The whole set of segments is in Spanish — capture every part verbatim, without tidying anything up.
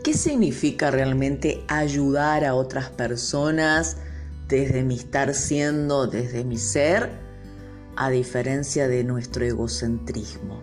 ¿Qué significa realmente ayudar a otras personas desde mi estar siendo, desde mi ser, a diferencia de nuestro egocentrismo?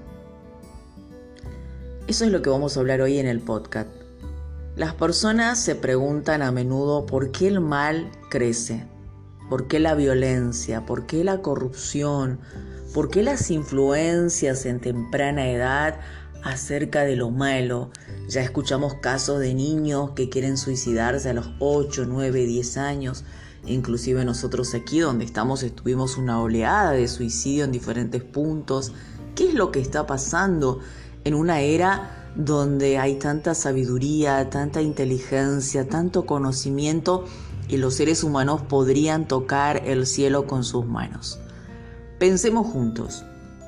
Eso es lo que vamos a hablar hoy en el podcast. Las personas se preguntan a menudo por qué el mal crece, por qué la violencia, por qué la corrupción, por qué las influencias en temprana edad acerca de lo malo. Ya escuchamos casos de niños que quieren suicidarse a los ocho, nueve, diez años. Inclusive nosotros aquí donde estamos tuvimos una oleada de suicidio en diferentes puntos. ¿Qué es lo que está pasando en una era donde hay tanta sabiduría, tanta inteligencia, tanto conocimiento y los seres humanos podrían tocar el cielo con sus manos? Pensemos juntos.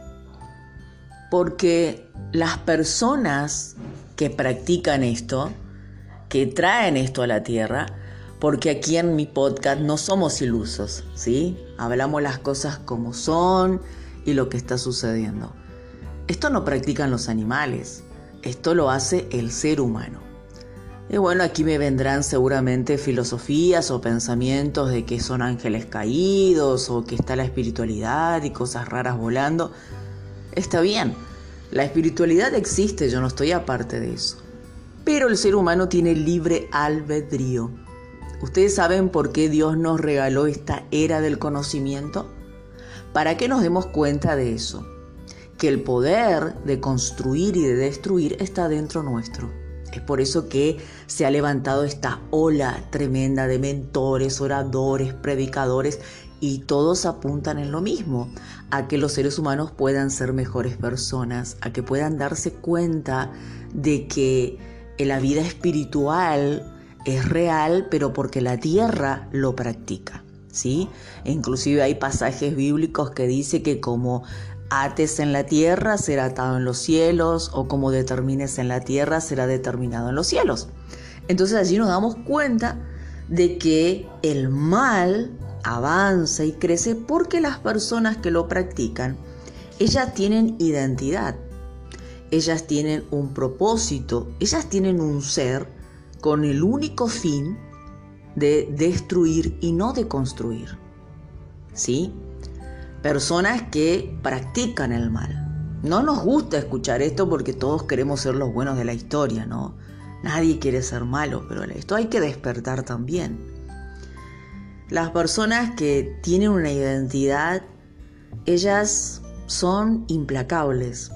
Porque las personas que practican esto, que traen esto a la tierra, porque aquí en mi podcast no somos ilusos, ¿sí? Hablamos las cosas como son y lo que está sucediendo. Esto no practican los animales, esto lo hace el ser humano. Y bueno, aquí me vendrán seguramente filosofías o pensamientos de que son ángeles caídos o que está la espiritualidad y cosas raras volando. Está bien, la espiritualidad existe, yo no estoy aparte de eso. Pero el ser humano tiene libre albedrío. ¿Ustedes saben por qué Dios nos regaló esta era del conocimiento? Para que nos demos cuenta de eso, que el poder de construir y de destruir está dentro nuestro. Es por eso que se ha levantado esta ola tremenda de mentores, oradores, predicadores, y todos apuntan en lo mismo, a que los seres humanos puedan ser mejores personas, a que puedan darse cuenta de que la vida espiritual es real, pero porque la tierra lo practica, ¿sí? E inclusive hay pasajes bíblicos que dice que como ates en la tierra será atado en los cielos, o como determines en la tierra será determinado en los cielos. Entonces allí nos damos cuenta de que el mal avanza y crece porque las personas que lo practican, ellas tienen identidad, ellas tienen un propósito, ellas tienen un ser con el único fin de destruir y no de construir, ¿sí? Personas que practican el mal. No nos gusta escuchar esto porque todos queremos ser los buenos de la historia, ¿no? Nadie quiere ser malo, pero esto hay que despertar también. Las personas que tienen una identidad, ellas son implacables.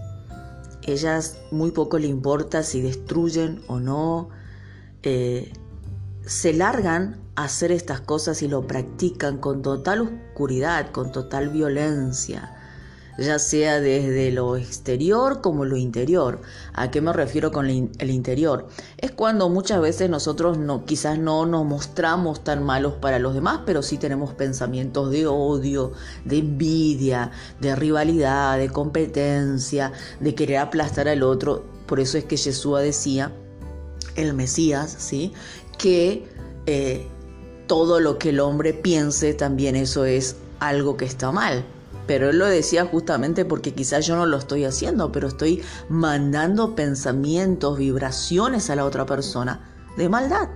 Ellas muy poco le importa si destruyen o no. Eh, se largan a hacer estas cosas y lo practican con total oscuridad, con total violencia, ya sea desde lo exterior como lo interior. ¿A qué me refiero con el interior? Es cuando muchas veces nosotros no, quizás no nos mostramos tan malos para los demás, pero sí tenemos pensamientos de odio, de envidia, de rivalidad, de competencia, de querer aplastar al otro. Por eso es que Yeshua decía, el Mesías, ¿sí?, que eh, todo lo que el hombre piense, también eso es algo que está mal. Pero él lo decía justamente porque quizás yo no lo estoy haciendo, pero estoy mandando pensamientos, vibraciones a la otra persona de maldad.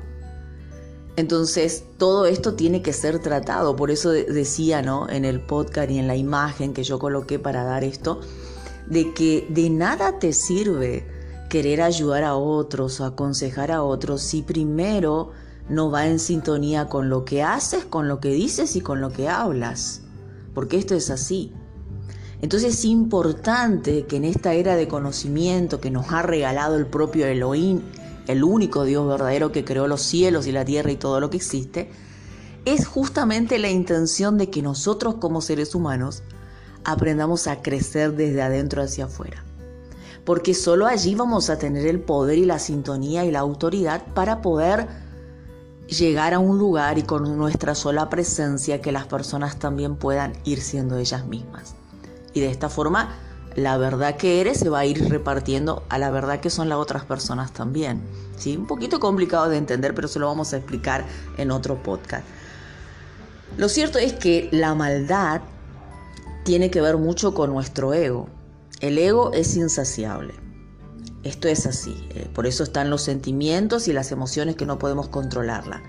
Entonces, todo esto tiene que ser tratado. Por eso decía, ¿no?, en el podcast y en la imagen que yo coloqué para dar esto, de que de nada te sirve querer ayudar a otros o aconsejar a otros si primero no va en sintonía con lo que haces, con lo que dices y con lo que hablas. Porque esto es así. Entonces es importante que en esta era de conocimiento que nos ha regalado el propio Elohim, el único Dios verdadero que creó los cielos y la tierra y todo lo que existe, es justamente la intención de que nosotros como seres humanos aprendamos a crecer desde adentro hacia afuera. Porque solo allí vamos a tener el poder y la sintonía y la autoridad para poder llegar a un lugar y con nuestra sola presencia que las personas también puedan ir siendo ellas mismas. Y de esta forma, la verdad que eres se va a ir repartiendo a la verdad que son las otras personas también. ¿Sí? Un poquito complicado de entender, pero se lo vamos a explicar en otro podcast. Lo cierto es que la maldad tiene que ver mucho con nuestro ego. El ego es insaciable. Esto es así. Eh, por eso están los sentimientos y las emociones que no podemos controlarla.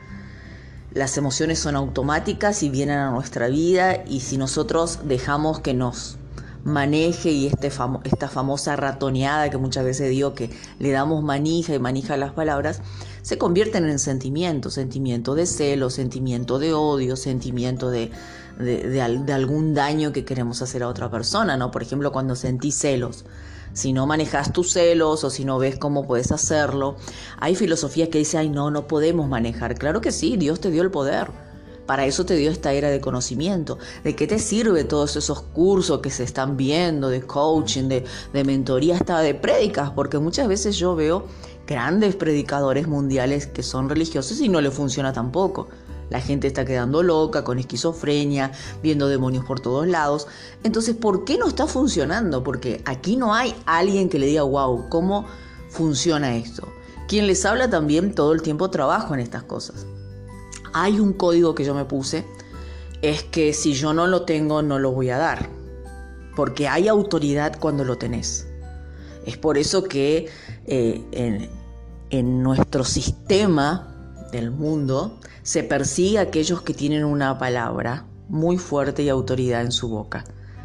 Las emociones son automáticas y vienen a nuestra vida, y si nosotros dejamos que nos maneje y este famo- esta famosa ratoneada que muchas veces digo que le damos manija y manija a las palabras, se convierten en sentimientos, sentimiento de celo, sentimiento de odio, sentimiento de, de, de, al- de algún daño que queremos hacer a otra persona, ¿no? Por ejemplo, cuando sentís celos, si no manejas tus celos o si no ves cómo puedes hacerlo, hay filosofías que dicen, ay no, no podemos manejar. Claro que sí, Dios te dio el poder. Para eso te dio esta era de conocimiento. ¿De qué te sirve todos esos cursos que se están viendo de coaching, de, de mentoría, hasta de prédicas? Porque muchas veces yo veo grandes predicadores mundiales que son religiosos y no les funciona tampoco. La gente está quedando loca, con esquizofrenia, viendo demonios por todos lados. Entonces, ¿por qué no está funcionando? Porque aquí no hay alguien que le diga, wow, ¿cómo funciona esto? Quien les habla también todo el tiempo trabajo en estas cosas. Hay un código que yo me puse, es que si yo no lo tengo, no lo voy a dar. Porque hay autoridad cuando lo tenés. Es por eso que eh, en, en nuestro sistema del mundo se persigue a aquellos que tienen una palabra muy fuerte y autoridad en su boca.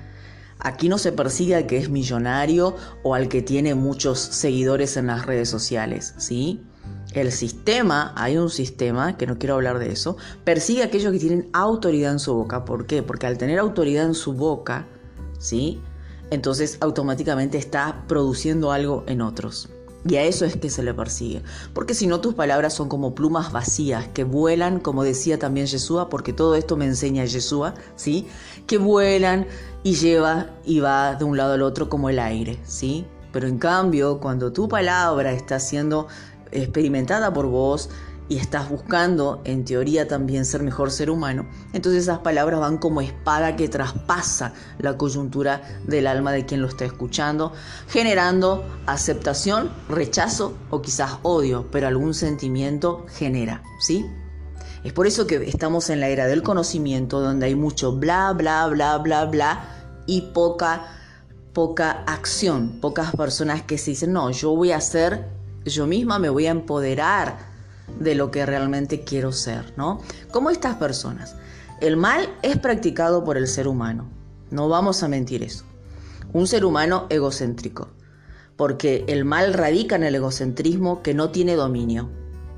Aquí no se persigue al que es millonario o al que tiene muchos seguidores en las redes sociales, ¿sí? El sistema, hay un sistema, que no quiero hablar de eso, persigue a aquellos que tienen autoridad en su boca. ¿Por qué? Porque al tener autoridad en su boca, ¿sí? Entonces automáticamente está produciendo algo en otros. Y a eso es que se le persigue. Porque si no, tus palabras son como plumas vacías que vuelan, como decía también Yeshua, porque todo esto me enseña Yeshua, ¿sí? Que vuelan y lleva y va de un lado al otro como el aire, ¿sí? Pero en cambio, cuando tu palabra está siendo experimentada por vos y estás buscando, en teoría, también ser mejor ser humano, entonces esas palabras van como espada que traspasa la coyuntura del alma de quien lo está escuchando, generando aceptación, rechazo o quizás odio, pero algún sentimiento genera, ¿sí? Es por eso que estamos en la era del conocimiento, donde hay mucho bla, bla, bla, bla, bla y poca, poca acción, pocas personas que se dicen, no, yo voy a hacer, yo misma me voy a empoderar de lo que realmente quiero ser, ¿no? Como estas personas. El mal es practicado por el ser humano. No vamos a mentir eso. Un ser humano egocéntrico. Porque el mal radica en el egocentrismo que no tiene dominio.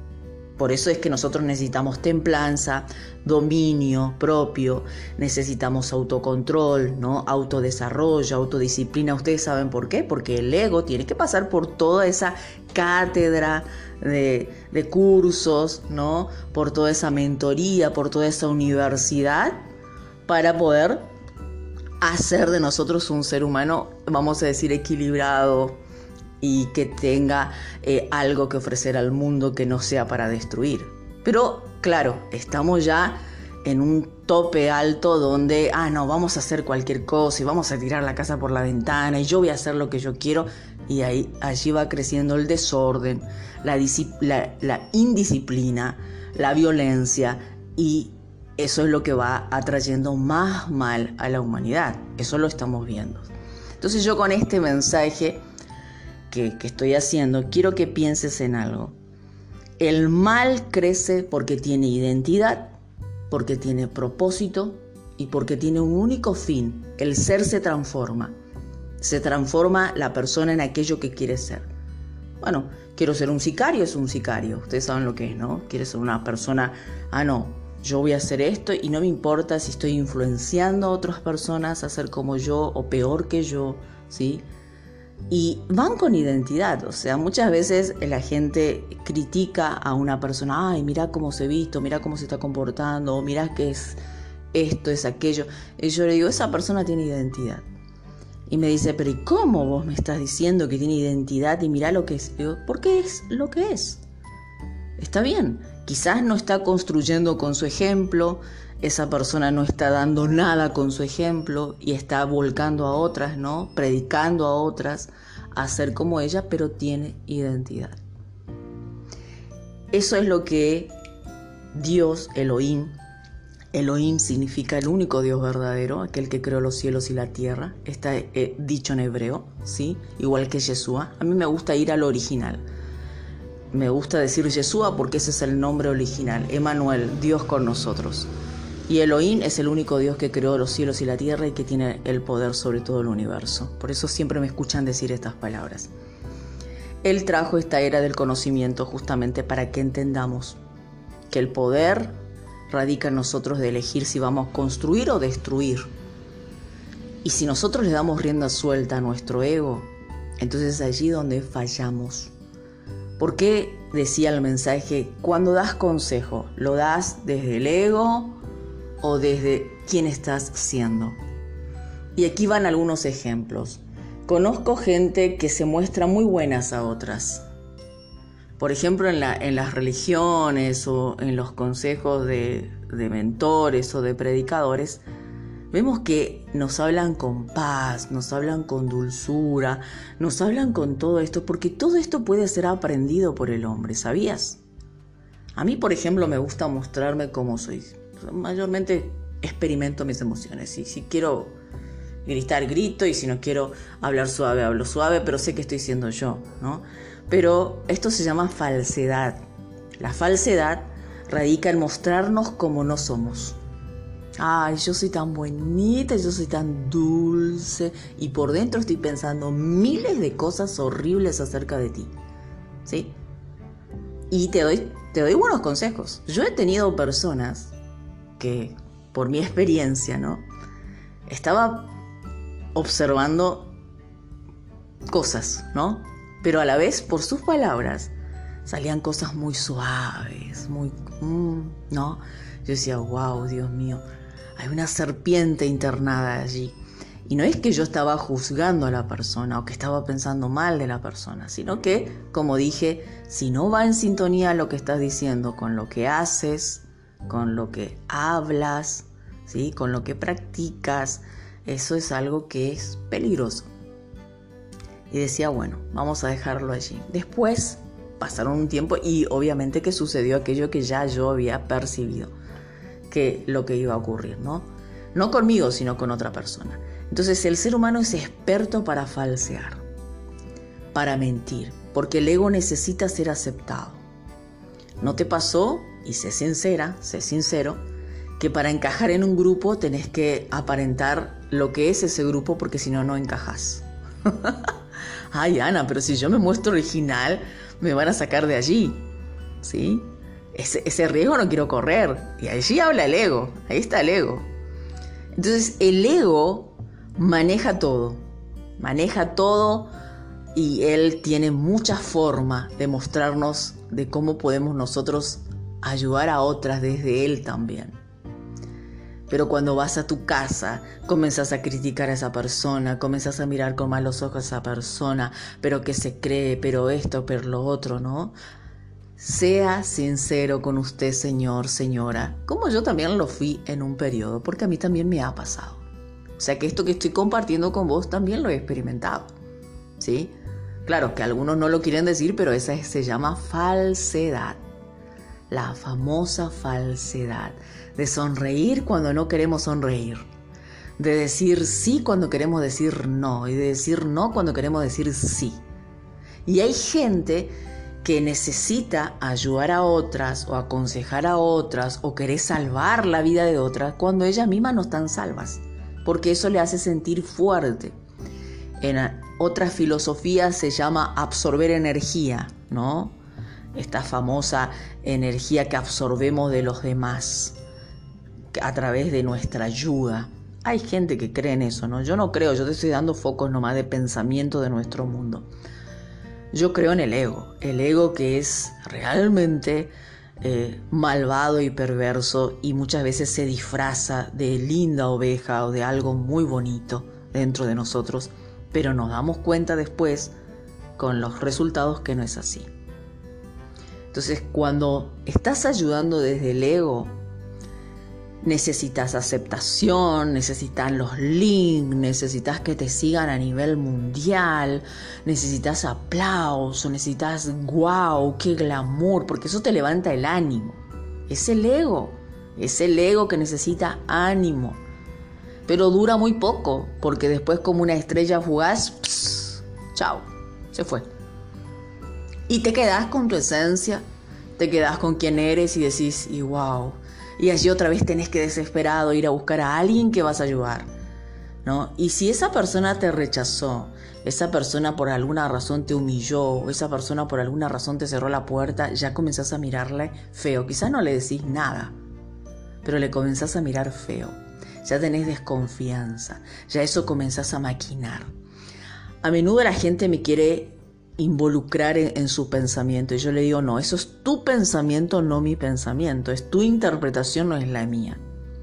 Por eso es que nosotros necesitamos templanza, dominio propio, necesitamos autocontrol, ¿no? Autodesarrollo, autodisciplina. ¿Ustedes saben por qué? Porque el ego tiene que pasar por toda esa cátedra de, de cursos, ¿no? Por toda esa mentoría, por toda esa universidad, para poder hacer de nosotros un ser humano, vamos a decir, equilibrado, y que tenga eh, algo que ofrecer al mundo que no sea para destruir. Pero claro, estamos ya en un tope alto donde, ah no, vamos a hacer cualquier cosa y vamos a tirar la casa por la ventana y yo voy a hacer lo que yo quiero, y ahí, allí va creciendo el desorden, la, la, la indisciplina, la violencia, y eso es lo que va atrayendo más mal a la humanidad. Eso lo estamos viendo. Entonces yo con este mensaje Que, que estoy haciendo, quiero que pienses en algo. El mal crece porque tiene identidad, porque tiene propósito y porque tiene un único fin. El ser se transforma. Se transforma la persona en aquello que quiere ser. Bueno, quiero ser un sicario, es un sicario. Ustedes saben lo que es, ¿no? Quieres ser una persona, ah, no, yo voy a hacer esto y no me importa si estoy influenciando a otras personas a ser como yo o peor que yo, ¿sí? Y van con identidad, o sea, muchas veces la gente critica a una persona, ay, mira cómo se visto, mira cómo se está comportando, o mira qué es esto, es aquello. Y yo le digo, esa persona tiene identidad. Y me dice, pero ¿y cómo vos me estás diciendo que tiene identidad y mira lo que es? Digo, porque es lo que es. Está bien, quizás no está construyendo con su ejemplo, esa persona no está dando nada con su ejemplo y está volcando a otras, ¿no? Predicando a otras a ser como ella, pero tiene identidad. Eso es lo que Dios, Elohim, Elohim significa el único Dios verdadero, aquel que creó los cielos y la tierra. Está eh, dicho en hebreo, ¿sí? Igual que Yeshua. A mí me gusta ir al original. Me gusta decir Yeshua porque ese es el nombre original. Emmanuel, Dios con nosotros. Y Elohim es el único Dios que creó los cielos y la tierra y que tiene el poder sobre todo el universo. Por eso siempre me escuchan decir estas palabras. Él trajo esta era del conocimiento justamente para que entendamos que el poder radica en nosotros de elegir si vamos a construir o destruir. Y si nosotros le damos rienda suelta a nuestro ego, entonces es allí donde fallamos. ¿Por qué decía el mensaje, cuando das consejo, lo das desde el ego o desde quién estás siendo? Y aquí van algunos ejemplos. Conozco gente que se muestra muy buenas a otras. Por ejemplo, en, la, en las religiones o en los consejos de, de mentores o de predicadores, vemos que nos hablan con paz, nos hablan con dulzura, nos hablan con todo esto, porque todo esto puede ser aprendido por el hombre, ¿sabías? A mí, por ejemplo, me gusta mostrarme como soy. Mayormente experimento mis emociones. Y si quiero gritar, grito, y si no quiero hablar suave, hablo suave, pero sé que estoy siendo yo, ¿no? Pero esto se llama falsedad. La falsedad radica en mostrarnos como no somos. Ay, yo soy tan bonita, yo soy tan dulce, y por dentro estoy pensando miles de cosas horribles acerca de ti, ¿sí? Y te doy, te doy buenos consejos. Yo he tenido personas que, por mi experiencia, ¿no?, estaba observando cosas, ¿no?, pero a la vez, por sus palabras, salían cosas muy suaves, muy, mm, ¿no? Yo decía, wow, Dios mío, hay una serpiente internada allí. Y no es que yo estaba juzgando a la persona o que estaba pensando mal de la persona, sino que, como dije, si no va en sintonía lo que estás diciendo con lo que haces, con lo que hablas, ¿sí?, con lo que practicas, eso es algo que es peligroso. Y decía, bueno, vamos a dejarlo allí. Después pasaron un tiempo y obviamente que sucedió aquello que ya yo había percibido, que lo que iba a ocurrir, ¿no? No conmigo, sino con otra persona. Entonces el ser humano es experto para falsear, para mentir, porque el ego necesita ser aceptado. ¿No te pasó? Y sé sincera, sé sincero, que para encajar en un grupo tenés que aparentar lo que es ese grupo, porque si no, no encajás. Ay, Ana, pero si yo me muestro original, me van a sacar de allí, ¿sí? Ese, ese riesgo no quiero correr. Y allí habla el ego, ahí está el ego. Entonces, el ego maneja todo, maneja todo y él tiene muchas formas de mostrarnos de cómo podemos nosotros ayudar a otras desde él también. Pero cuando vas a tu casa, comenzás a criticar a esa persona, comenzás a mirar con malos ojos a esa persona, pero que se cree, pero esto, pero lo otro, ¿no? Sea sincero con usted, señor, señora, como yo también lo fui en un periodo, porque a mí también me ha pasado. O sea que esto que estoy compartiendo con vos también lo he experimentado, ¿sí? Claro que algunos no lo quieren decir, pero esa se llama falsedad. La famosa falsedad de sonreír cuando no queremos sonreír, de decir sí cuando queremos decir no y de decir no cuando queremos decir sí. Y hay gente que necesita ayudar a otras o aconsejar a otras o querer salvar la vida de otras cuando ellas mismas no están salvas, porque eso le hace sentir fuerte. En otras filosofías se llama absorber energía, ¿no? Esta famosa energía que absorbemos de los demás a través de nuestra ayuda. Hay gente que cree en eso, ¿no? Yo no creo, yo te estoy dando focos nomás de pensamiento de nuestro mundo. Yo creo en el ego, el ego que es realmente eh, malvado y perverso y muchas veces se disfraza de linda oveja o de algo muy bonito dentro de nosotros, pero nos damos cuenta después con los resultados que no es así. Entonces, cuando estás ayudando desde el ego, necesitas aceptación, necesitas los links, necesitas que te sigan a nivel mundial, necesitas aplauso, necesitas wow, qué glamour, porque eso te levanta el ánimo. Es el ego Es el ego que necesita ánimo. Pero dura muy poco, porque después como una estrella fugaz, pss, chao, se fue. Y te quedás con tu esencia, te quedás con quién eres y decís, y wow. Y allí otra vez tenés que desesperado ir a buscar a alguien que vas a ayudar, ¿no? Y si esa persona te rechazó, esa persona por alguna razón te humilló, o esa persona por alguna razón te cerró la puerta, ya comenzás a mirarle feo. Quizás no le decís nada, pero le comenzás a mirar feo. Ya tenés desconfianza, ya eso comenzás a maquinar. A menudo la gente me quiere involucrar en, en su pensamiento y yo le digo, no, eso es tu pensamiento, no mi pensamiento, es tu interpretación, no es la mía.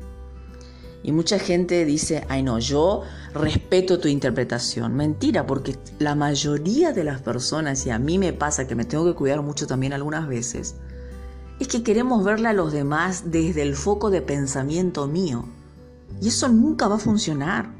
Y mucha gente dice, ay no, yo respeto tu interpretación. Mentira, porque la mayoría de las personas, y a mí me pasa que me tengo que cuidar mucho también algunas veces, es que queremos verle a los demás desde el foco de pensamiento mío. Y eso nunca va a funcionar.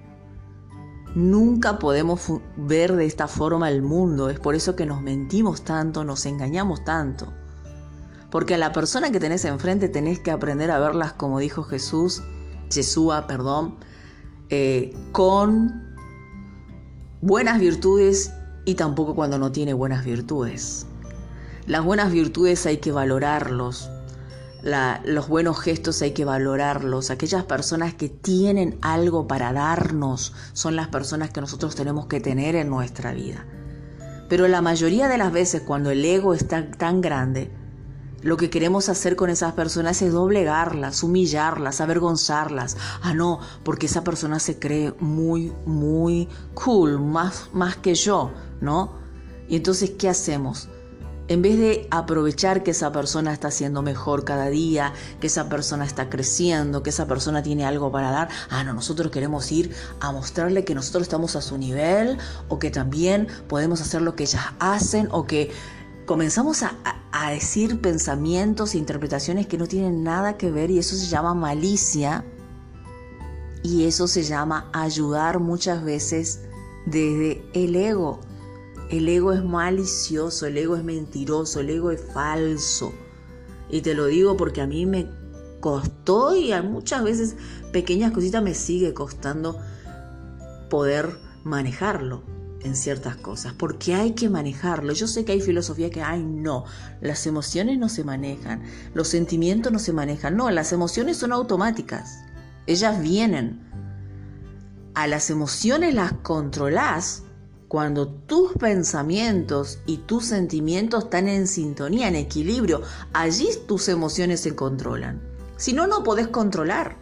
Nunca podemos fu- ver de esta forma el mundo. Es por eso que nos mentimos tanto, nos engañamos tanto. Porque a la persona que tenés enfrente tenés que aprender a verlas, como dijo Jesús, Yeshua, perdón, eh, con buenas virtudes y tampoco cuando no tiene buenas virtudes. Las buenas virtudes hay que valorarlos. La, los buenos gestos hay que valorarlos. Aquellas personas que tienen algo para darnos son las personas que nosotros tenemos que tener en nuestra vida. Pero la mayoría de las veces cuando el ego está tan grande, lo que queremos hacer con esas personas es doblegarlas, humillarlas, avergonzarlas. Ah, no, porque esa persona se cree muy, muy cool, más, más que yo, ¿no? Y entonces, ¿qué hacemos? En vez de aprovechar que esa persona está siendo mejor cada día, que esa persona está creciendo, que esa persona tiene algo para dar, ah, no, nosotros queremos ir a mostrarle que nosotros estamos a su nivel, o que también podemos hacer lo que ellas hacen, o que comenzamos a, a, a decir pensamientos e interpretaciones que no tienen nada que ver, y eso se llama malicia, y eso se llama ayudar muchas veces desde el ego. El ego es malicioso, el ego es mentiroso, el ego es falso. Y te lo digo porque a mí me costó, y a muchas veces pequeñas cositas me sigue costando poder manejarlo en ciertas cosas, porque hay que manejarlo. Yo sé que hay filosofía que, ay no, las emociones no se manejan, los sentimientos no se manejan. No, las emociones son automáticas, ellas vienen. A las emociones las controlás cuando tus pensamientos y tus sentimientos están en sintonía, en equilibrio. Allí tus emociones se controlan. Si no, no podés controlar.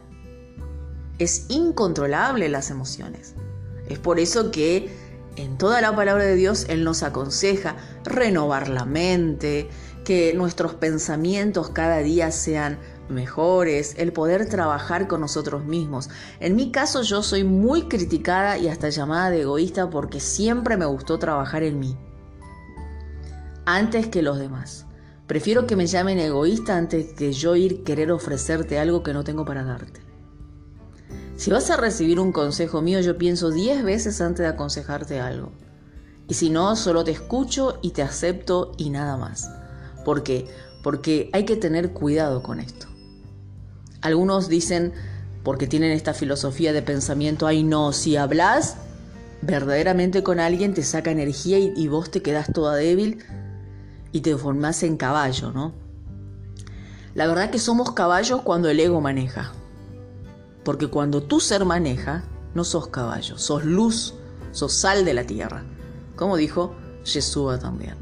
Es incontrolable las emociones. Es por eso que en toda la palabra de Dios Él nos aconseja renovar la mente, que nuestros pensamientos cada día sean mejores, el poder trabajar con nosotros mismos. En mi caso, yo soy muy criticada y hasta llamada de egoísta porque siempre me gustó trabajar en mí antes que los demás. Prefiero que me llamen egoísta antes que yo ir querer ofrecerte algo que no tengo para darte. Si vas a recibir un consejo mío, yo pienso diez veces antes de aconsejarte algo. Y si no, solo te escucho y te acepto y nada más. ¿Por qué? Porque hay que tener cuidado con esto. Algunos dicen, porque tienen esta filosofía de pensamiento, ay no, si hablas verdaderamente con alguien te saca energía y, y vos te quedás toda débil y te formás en caballo, ¿no? La verdad que somos caballos cuando el ego maneja. Porque cuando tu ser maneja, no sos caballo, sos luz, sos sal de la tierra. Como dijo Yeshua también.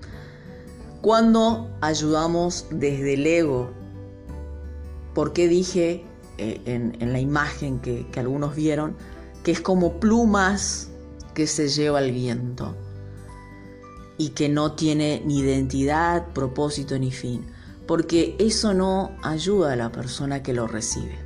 Cuando ayudamos desde el ego, ¿por qué dije eh, en, en la imagen que, que algunos vieron que es como plumas que se lleva el viento y que no tiene ni identidad, propósito ni fin? Porque eso no ayuda a la persona que lo recibe.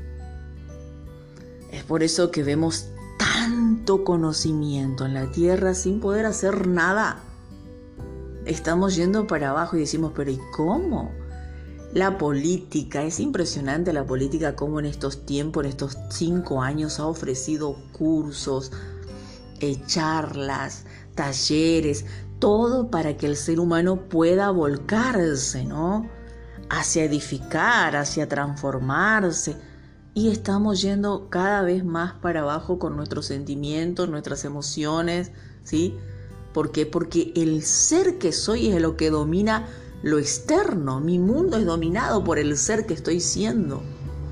Es por eso que vemos tanto conocimiento en la tierra sin poder hacer nada. Estamos yendo para abajo y decimos, pero ¿y cómo? La política, es impresionante la política cómo en estos tiempos, en estos cinco años ha ofrecido cursos, eh, charlas, talleres, todo para que el ser humano pueda volcarse, ¿no? hacia edificar, hacia transformarse. Y estamos yendo cada vez más para abajo con nuestros sentimientos, nuestras emociones, ¿sí? ¿Por qué? Porque el ser que soy es lo que domina lo externo. Mi mundo es dominado por el ser que estoy siendo.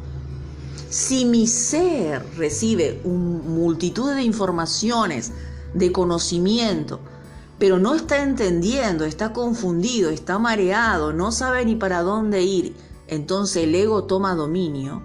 Si mi ser recibe una multitud de informaciones, de conocimiento, pero no está entendiendo, está confundido, está mareado, no sabe ni para dónde ir, entonces el ego toma dominio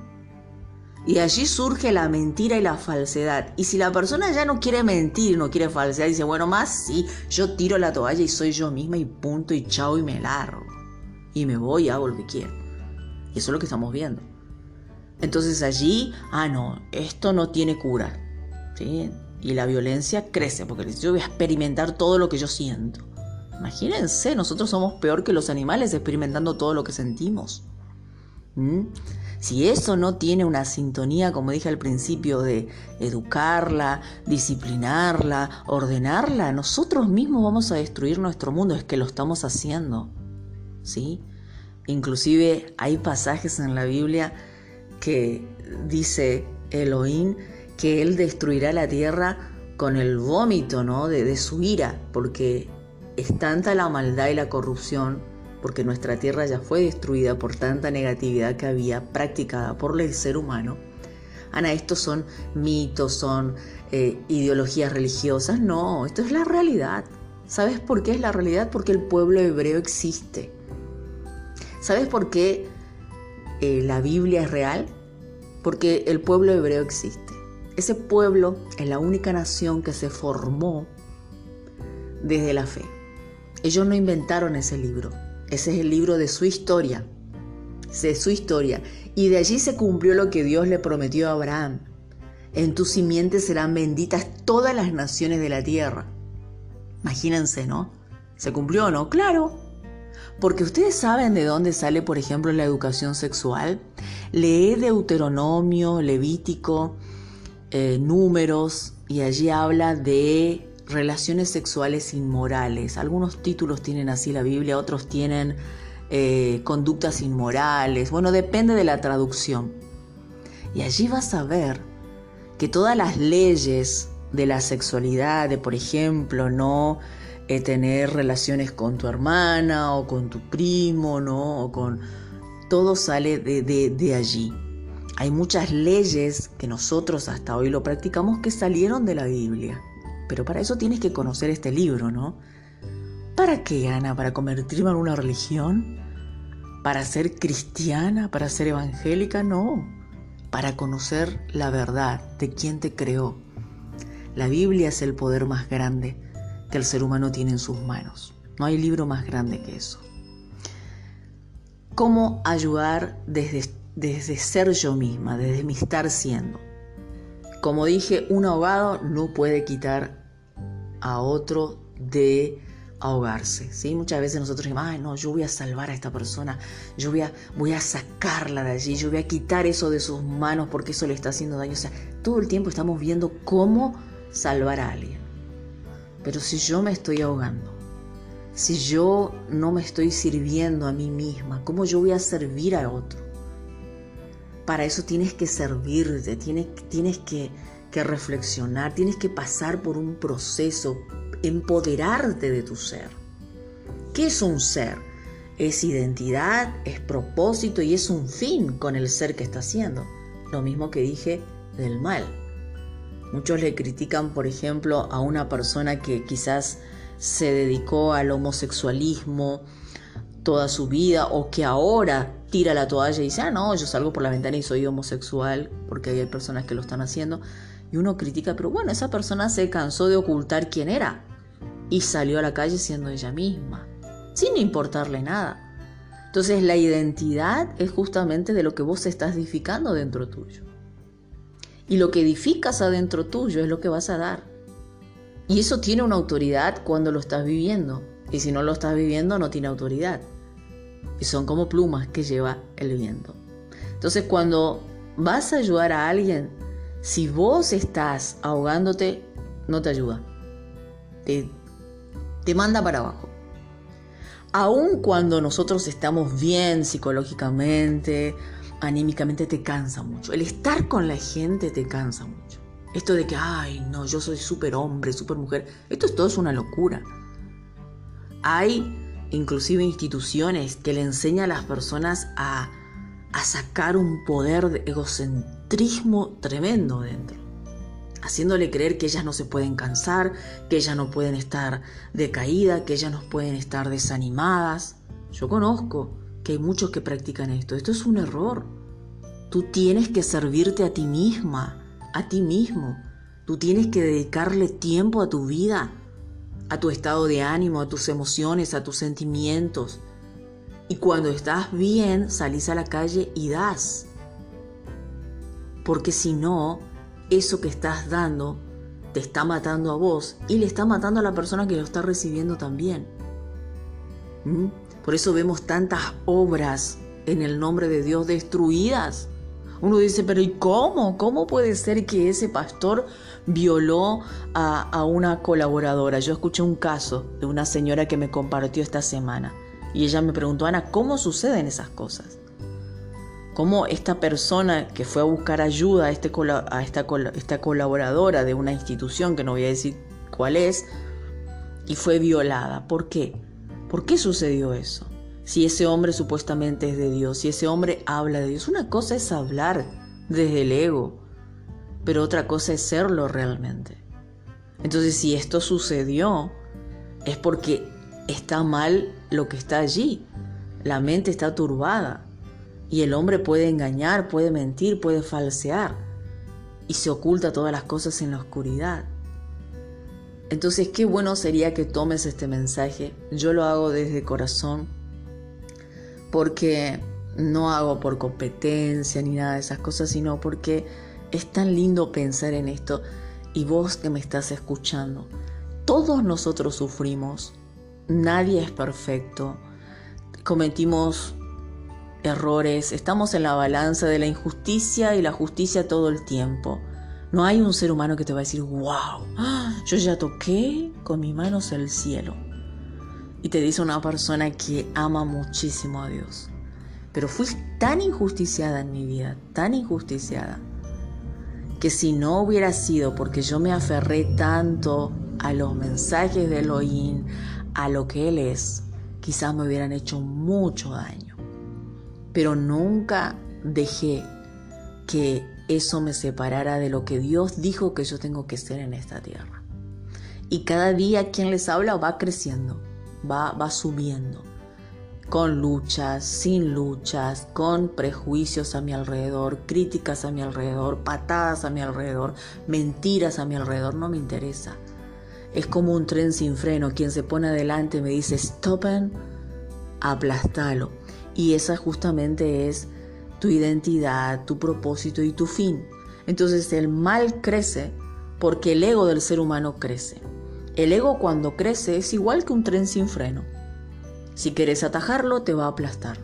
y allí surge la mentira y la falsedad. Y si la persona ya no quiere mentir, no quiere falsedad, dice, bueno, más sí, yo tiro la toalla y soy yo misma y punto y chao y me largo. Y me voy y hago lo que quiero. Y eso es lo que estamos viendo. Entonces allí, ah no, esto no tiene cura, ¿sí? Y la violencia crece porque yo voy a experimentar todo lo que yo siento. Imagínense, nosotros somos peor que los animales experimentando todo lo que sentimos. ¿Mm? Si eso no tiene una sintonía, como dije al principio, de educarla, disciplinarla, ordenarla, nosotros mismos vamos a destruir nuestro mundo. Es que lo estamos haciendo, ¿sí? Inclusive hay pasajes en la Biblia que dice Elohim que Él destruirá la tierra con el vómito, ¿no? de, de su ira, porque es tanta la maldad y la corrupción, porque nuestra tierra ya fue destruida por tanta negatividad que había practicada por el ser humano. Ana, estos son mitos, son eh, ideologías religiosas. No, esto es la realidad. ¿Sabes por qué es la realidad? Porque el pueblo hebreo existe. ¿Sabes por qué eh, la Biblia es real? Porque el pueblo hebreo existe. Ese pueblo es la única nación que se formó desde la fe. Ellos no inventaron ese libro. Ese es el libro de su historia. De su historia. Y de allí se cumplió lo que Dios le prometió a Abraham. En tu simiente serán benditas todas las naciones de la tierra. Imagínense, ¿no? ¿Se cumplió o no? Claro. Porque ustedes saben de dónde sale, por ejemplo, la educación sexual. Lee Deuteronomio, Levítico, eh, Números, y allí habla de relaciones sexuales inmorales. Algunos títulos tienen así la Biblia, otros tienen eh, conductas inmorales. Bueno, depende de la traducción. Y allí vas a ver que todas las leyes de la sexualidad, de por ejemplo, no eh, tener relaciones con tu hermana o con tu primo, ¿no? O con... Todo sale de, de, de allí. Hay muchas leyes que nosotros hasta hoy lo practicamos que salieron de la Biblia. Pero para eso tienes que conocer este libro, ¿no? ¿Para qué, Ana? ¿Para convertirme en una religión? ¿Para ser cristiana? ¿Para ser evangélica? No. Para conocer la verdad de quién te creó. La Biblia es el poder más grande que el ser humano tiene en sus manos. No hay libro más grande que eso. ¿Cómo ayudar desde, desde ser yo misma, desde mi estar siendo? Como dije, un ahogado no puede quitar a otro de ahogarse, ¿sí? Muchas veces nosotros decimos, ay no, yo voy a salvar a esta persona, yo voy a, voy a sacarla de allí, yo voy a quitar eso de sus manos porque eso le está haciendo daño. O sea, todo el tiempo estamos viendo cómo salvar a alguien. Pero si yo me estoy ahogando, si yo no me estoy sirviendo a mí misma, ¿cómo yo voy a servir a otro? Para eso tienes que servirte, tienes, tienes que, que reflexionar, tienes que pasar por un proceso, empoderarte de tu ser. ¿Qué es un ser? Es identidad, es propósito y es un fin con el ser que está haciendo. Lo mismo que dije del mal. Muchos le critican, por ejemplo, a una persona que quizás se dedicó al homosexualismo toda su vida o que ahora tira la toalla y dice, ah, no, yo salgo por la ventana y soy homosexual, porque hay personas que lo están haciendo. Y uno critica, pero bueno, esa persona se cansó de ocultar quién era y salió a la calle siendo ella misma, sin importarle nada. Entonces la identidad es justamente de lo que vos estás edificando dentro tuyo. Y lo que edificas adentro tuyo es lo que vas a dar. Y eso tiene una autoridad cuando lo estás viviendo. Y si no lo estás viviendo, no tiene autoridad. Y son como plumas que lleva el viento. Entonces, cuando vas a ayudar a alguien, si vos estás ahogándote, no te ayuda. Te, te manda para abajo. Aun cuando nosotros estamos bien psicológicamente, anímicamente, te cansa mucho. El estar con la gente te cansa mucho. Esto de que, ay, no, yo soy súper hombre, súper mujer, esto es todo es una locura. Hay inclusive instituciones que le enseñan a las personas a, a sacar un poder de egocentrismo tremendo dentro, haciéndole creer que ellas no se pueden cansar, que ellas no pueden estar decaídas, que ellas no pueden estar desanimadas. Yo conozco que hay muchos que practican esto. Esto es un error. Tú tienes que servirte a ti misma, a ti mismo. Tú tienes que dedicarle tiempo a tu vida, a tu estado de ánimo, a tus emociones, a tus sentimientos. Y cuando estás bien, salís a la calle y das. Porque si no, eso que estás dando te está matando a vos y le está matando a la persona que lo está recibiendo también. ¿Mm? Por eso vemos tantas obras en el nombre de Dios destruidas. Uno dice, pero ¿y cómo? ¿Cómo puede ser que ese pastor violó a, a una colaboradora? Yo escuché un caso de una señora que me compartió esta semana y ella me preguntó, Ana, ¿cómo suceden esas cosas? ¿Cómo esta persona que fue a buscar ayuda a, este, a esta, esta colaboradora de una institución, que no voy a decir cuál es, y fue violada? ¿Por qué? ¿Por qué sucedió eso? Si ese hombre supuestamente es de Dios, si ese hombre habla de Dios. Una cosa es hablar desde el ego, pero otra cosa es serlo realmente. Entonces, si esto sucedió, es porque está mal lo que está allí. La mente está turbada y el hombre puede engañar, puede mentir, puede falsear y se oculta todas las cosas en la oscuridad. Entonces, qué bueno sería que tomes este mensaje. Yo lo hago desde el corazón, porque no hago por competencia ni nada de esas cosas, sino porque es tan lindo pensar en esto. Y vos que me estás escuchando, todos nosotros sufrimos, nadie es perfecto, cometimos errores, estamos en la balanza de la injusticia y la justicia todo el tiempo. No hay un ser humano que te va a decir, wow, yo ya toqué con mis manos el cielo. Y te dice una persona que ama muchísimo a Dios. Pero fui tan injusticiada en mi vida, tan injusticiada, que si no hubiera sido porque yo me aferré tanto a los mensajes de Elohim, a lo que Él es, quizás me hubieran hecho mucho daño. Pero nunca dejé que eso me separara de lo que Dios dijo que yo tengo que ser en esta tierra. Y cada día quien les habla va creciendo. Va, va subiendo, con luchas, sin luchas, con prejuicios a mi alrededor, críticas a mi alrededor, patadas a mi alrededor, mentiras a mi alrededor, no me interesa. Es como un tren sin freno, quien se pone adelante me dice, stopen, aplastalo. Y esa justamente es tu identidad, tu propósito y tu fin. Entonces el mal crece porque el ego del ser humano crece. El ego cuando crece es igual que un tren sin freno. Si quieres atajarlo, te va a aplastar.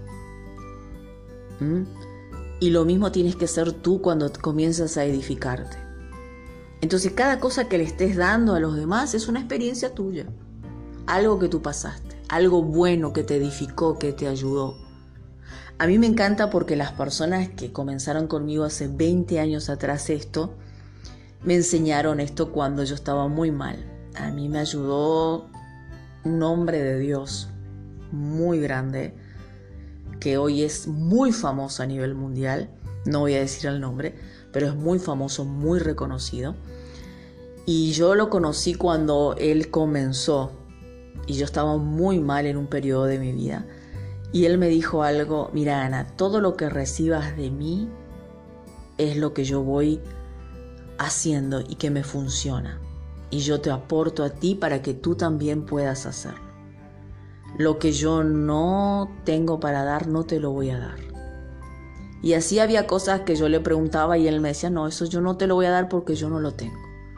¿Mm? Y lo mismo tienes que ser tú cuando comienzas a edificarte. Entonces cada cosa que le estés dando a los demás es una experiencia tuya. Algo que tú pasaste, algo bueno que te edificó, que te ayudó. A mí me encanta porque las personas que comenzaron conmigo hace veinte años atrás esto, me enseñaron esto cuando yo estaba muy mal. A mí me ayudó un hombre de Dios muy grande, que hoy es muy famoso a nivel mundial. No voy a decir el nombre, pero es muy famoso, muy reconocido. Y yo lo conocí cuando él comenzó y yo estaba muy mal en un periodo de mi vida. Y él me dijo algo, mira Ana, todo lo que recibas de mí es lo que yo voy haciendo y que me funciona. Y yo te aporto a ti para que tú también puedas hacerlo. Lo que yo no tengo para dar, no te lo voy a dar. Y así había cosas que yo le preguntaba y él me decía, no, eso yo no te lo voy a dar porque yo no lo tengo.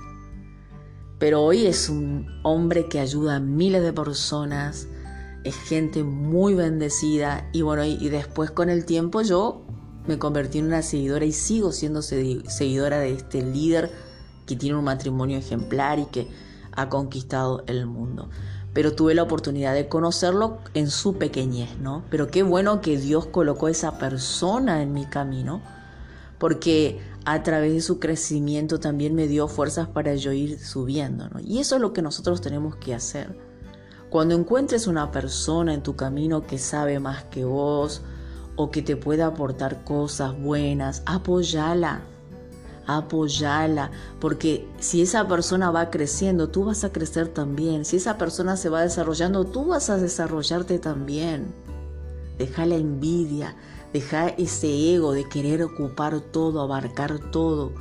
Pero hoy es un hombre que ayuda a miles de personas, es gente muy bendecida y bueno, y, y después con el tiempo yo me convertí en una seguidora y sigo siendo seguidora de este líder que tiene un matrimonio ejemplar y que ha conquistado el mundo. pero tuve la oportunidad de conocerlo en su pequeñez, ¿no? Pero qué bueno que Dios colocó esa persona en mi camino, porque a través de su crecimiento también me dio fuerzas para yo ir subiendo, ¿no? Y eso es lo que nosotros tenemos que hacer. Cuando encuentres una persona en tu camino que sabe más que vos o que te pueda aportar cosas buenas, apóyala, apóyala, porque si esa persona va creciendo, tú vas a crecer también. Si esa persona se va desarrollando, tú vas a desarrollarte también. Deja la envidia, deja ese ego de querer ocupar todo, abarcar todo.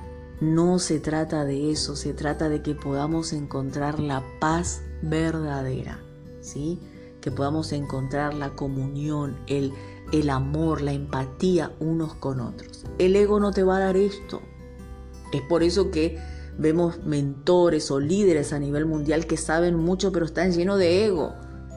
No se trata de eso, se trata de que podamos encontrar la paz verdadera, ¿sí? Que podamos encontrar la comunión, el, el amor, la empatía unos con otros. El ego no te va a dar esto. Es por eso que vemos mentores o líderes a nivel mundial que saben mucho pero están llenos de ego.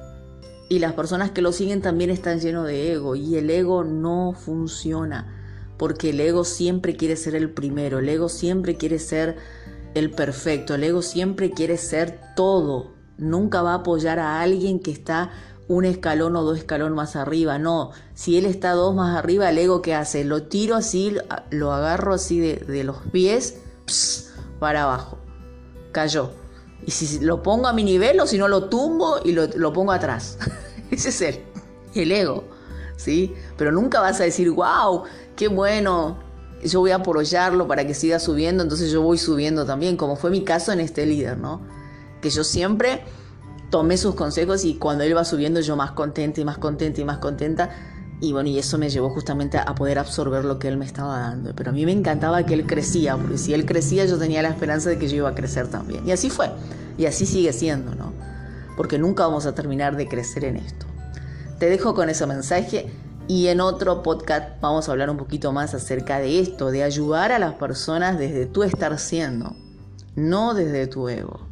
Y las personas que lo siguen también están llenos de ego. Y el ego no funciona. Porque el ego siempre quiere ser el primero. El ego siempre quiere ser el perfecto. El ego siempre quiere ser todo. Nunca va a apoyar a alguien que está un escalón o dos escalones más arriba. No, si él está dos más arriba, el ego ¿qué hace? Lo tiro así, lo agarro así de, de los pies, pss, para abajo. Cayó. Y si lo pongo a mi nivel o si no lo tumbo y lo, lo pongo atrás. Ese es el, el ego, ¿sí? Pero nunca vas a decir, wow, qué bueno, yo voy a apoyarlo para que siga subiendo, entonces yo voy subiendo también, como fue mi caso en este líder, ¿no? Que yo siempre tomé sus consejos y cuando él va subiendo yo más contenta y más contenta y más contenta. Y bueno, y eso me llevó justamente a poder absorber lo que él me estaba dando. Pero a mí me encantaba que él crecía, porque si él crecía yo tenía la esperanza de que yo iba a crecer también. Y así fue, y así sigue siendo, ¿no? Porque nunca vamos a terminar de crecer en esto. Te dejo con ese mensaje y en otro podcast vamos a hablar un poquito más acerca de esto, de ayudar a las personas desde tu estar siendo, no desde tu ego.